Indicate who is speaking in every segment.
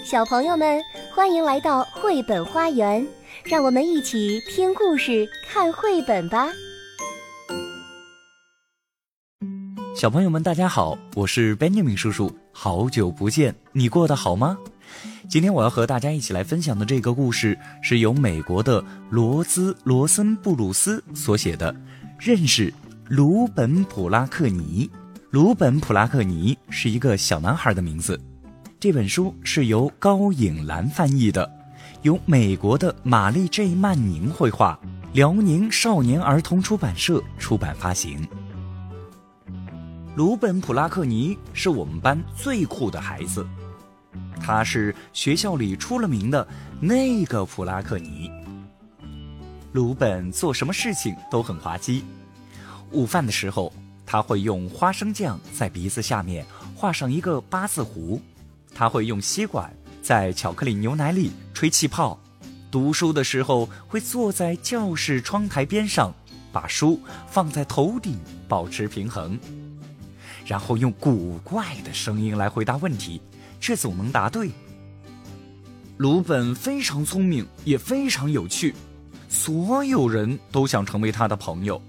Speaker 1: 小朋友们，欢迎来到绘本花园，让我们一起听故事、看绘本吧。
Speaker 2: 小朋友们，大家好，我是 Benjamin 叔叔，好久不见，你过得好吗？今天我要和大家一起来分享的这个故事，是由美国的罗森布鲁斯所写的，认识鲁本普拉克尼。鲁本普拉克尼是一个小男孩的名字。这本书是由高颖兰翻译的，由美国的玛丽 J 曼宁绘画，辽宁少年儿童出版社出版发行。鲁本普拉克尼是我们班最酷的孩子，他是学校里出了名的那个普拉克尼。鲁本做什么事情都很滑稽。午饭的时候，他会用花生酱在鼻子下面画上一个八字胡，他会用吸管在巧克力牛奶里吹气泡。读书的时候会坐在教室窗台边上，把书放在头顶保持平衡，然后用古怪的声音来回答问题，却总能答对。鲁本非常聪明，也非常有趣，所有人都想成为他的朋友。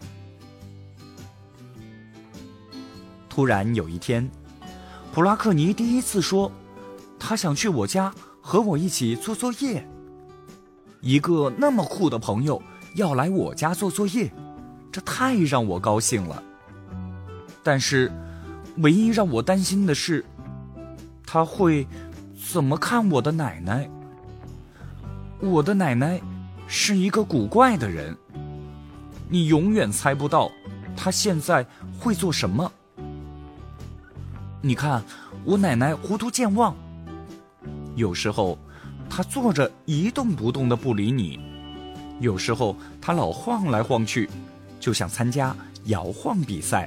Speaker 2: 突然有一天，普拉克尼第一次说，他想去我家和我一起做作业。一个那么酷的朋友要来我家做作业，这太让我高兴了。但是唯一让我担心的是，他会怎么看我的奶奶？我的奶奶是一个古怪的人，你永远猜不到她现在会做什么。你看，我奶奶糊涂健忘，有时候她坐着一动不动的不理你，有时候她老晃来晃去，就想参加摇晃比赛。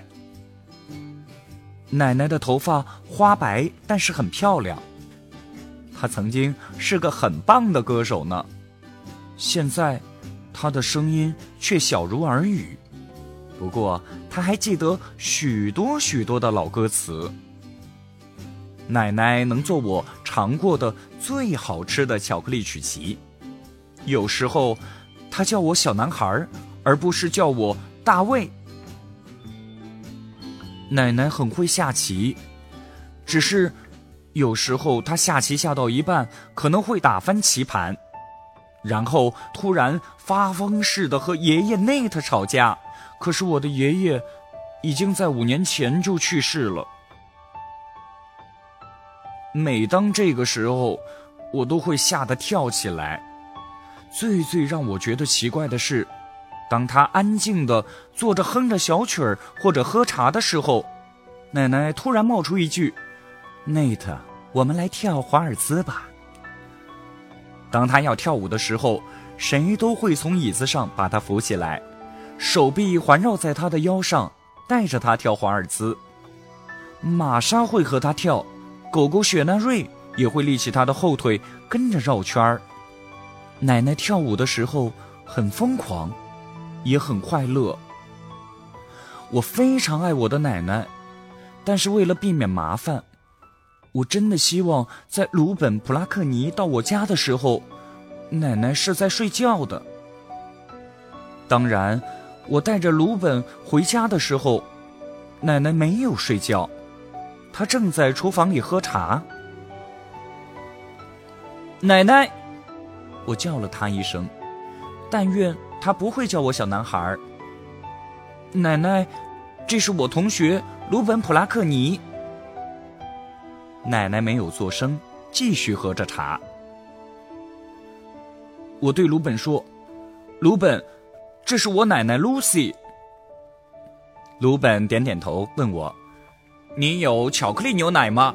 Speaker 2: 奶奶的头发花白，但是很漂亮。她曾经是个很棒的歌手呢，现在她的声音却小如耳语。不过她还记得许多许多的老歌词。奶奶能做我尝过的最好吃的巧克力曲奇。有时候她叫我小男孩，而不是叫我大卫。奶奶很会下棋，只是有时候她下棋下到一半可能会打翻棋盘，然后突然发疯似的和爷爷内特吵架。可是我的爷爷已经在5年前就去世了。每当这个时候，我都会吓得跳起来。最让我觉得奇怪的是，当他安静地坐着哼着小曲儿或者喝茶的时候，奶奶突然冒出一句：“内特，我们来跳华尔兹吧。”当他要跳舞的时候，谁都会从椅子上把他扶起来，手臂环绕在他的腰上，带着他跳华尔兹。玛莎会和他跳，狗狗雪纳瑞也会立起他的后腿跟着绕圈儿。奶奶跳舞的时候很疯狂，也很快乐。我非常爱我的奶奶，但是为了避免麻烦，我真的希望在鲁本普拉克尼到我家的时候，奶奶是在睡觉的。当然，我带着鲁本回家的时候，奶奶没有睡觉，她正在厨房里喝茶。奶奶，我叫了她一声，但愿她不会叫我小男孩。奶奶，这是我同学鲁本普拉克尼。奶奶没有作声，继续喝着茶。我对鲁本说：“鲁本，这是我奶奶 Lucy。”鲁本点点头，问我：“你有巧克力牛奶吗？”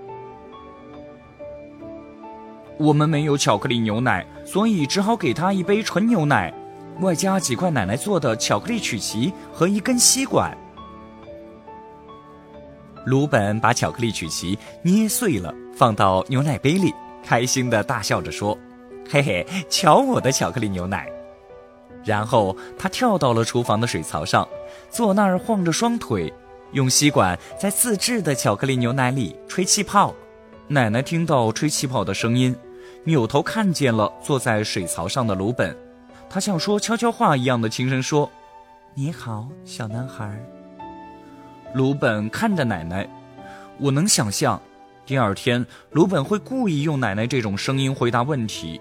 Speaker 2: 我们没有巧克力牛奶，所以只好给他一杯纯牛奶，外加几块奶奶做的巧克力曲奇和一根吸管。鲁本把巧克力曲奇捏碎了，放到牛奶杯里，开心地大笑着说：“嘿嘿，瞧我的巧克力牛奶！”然后他跳到了厨房的水槽上，坐那儿晃着双腿，用吸管在自制的巧克力牛奶里吹气泡。 奶奶听到吹气泡的声音，扭头看见了坐在水槽上的鲁本，她像说悄悄话一样的轻声说：“你好，小男孩。”鲁本看着奶奶，我能想象第二天鲁本会故意用奶奶这种声音回答问题。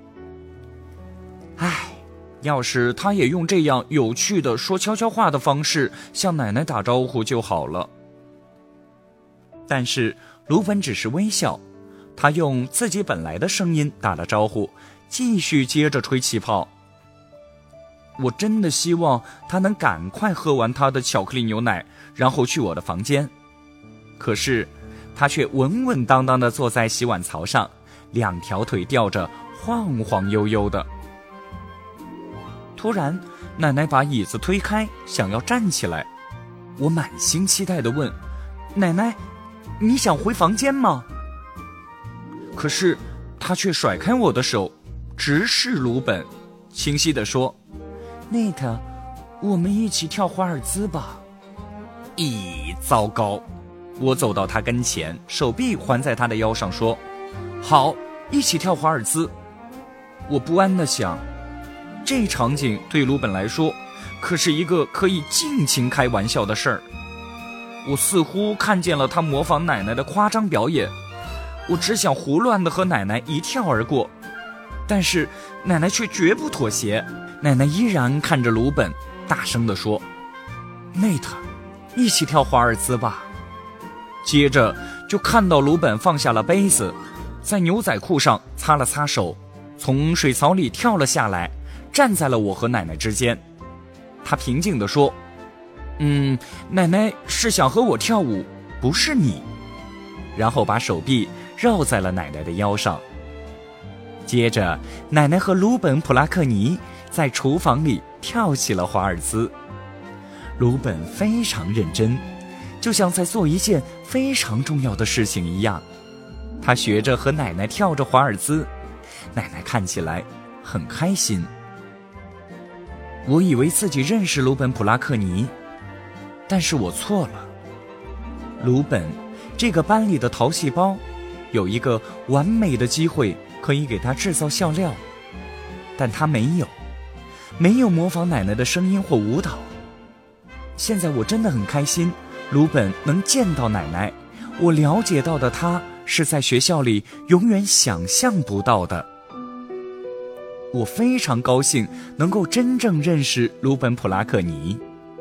Speaker 2: 要是他也用这样有趣的说悄悄话的方式向奶奶打招呼就好了。但是鲁本只是微笑，他用自己本来的声音打了招呼，继续接着吹气泡。我真的希望他能赶快喝完他的巧克力牛奶，然后去我的房间。可是他却稳稳当当地坐在洗碗槽上，两条腿吊着，晃晃悠悠的。突然，奶奶把椅子推开，想要站起来。我满心期待地问：“奶奶，你想回房间吗？”可是她却甩开我的手，直视鲁本，清晰地说：“内特，我们一起跳华尔兹吧。”咦，糟糕！我走到他跟前，手臂环在他的腰上，说：“好，一起跳华尔兹。”我不安地想，这场景对鲁本来说可是一个可以尽情开玩笑的事儿。我似乎看见了他模仿奶奶的夸张表演，我只想胡乱地和奶奶一跳而过，但是奶奶却绝不妥协。奶奶依然看着鲁本，大声地说：“内特，一起跳华尔兹吧。”接着就看到鲁本放下了杯子，在牛仔裤上擦了擦手，从水槽里跳了下来，站在了我和奶奶之间。他平静地说：“奶奶是想和我跳舞，不是你。”然后把手臂绕在了奶奶的腰上。接着奶奶和鲁本·普拉克尼在厨房里跳起了华尔兹。鲁本非常认真，就像在做一件非常重要的事情一样。他学着和奶奶跳着华尔兹，奶奶看起来很开心。我以为自己认识鲁本·普拉克尼，但是我错了。鲁本这个班里的淘气包，有一个完美的机会可以给他制造笑料，但他没有模仿奶奶的声音或舞蹈。现在我真的很开心，鲁本能见到奶奶，我了解到的他是在学校里永远想象不到的。我非常高兴能够真正认识鲁本·普拉克尼。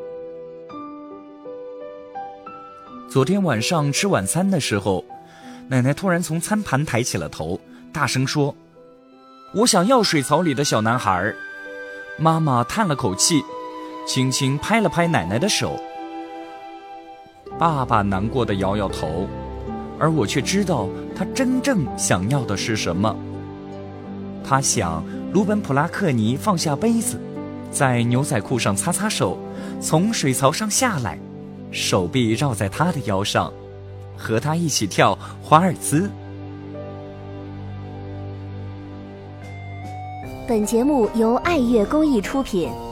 Speaker 2: 昨天晚上吃晚餐的时候，奶奶突然从餐盘抬起了头，大声说：“我想要水槽里的小男孩。”妈妈叹了口气，轻轻拍了拍奶奶的手。爸爸难过地摇摇头，而我却知道他真正想要的是什么。他想鲁本·普拉克尼放下杯子，在牛仔裤上擦擦手，从水槽上下来，手臂绕在他的腰上，和他一起跳华尔兹。
Speaker 1: 本节目由爱乐公益出品。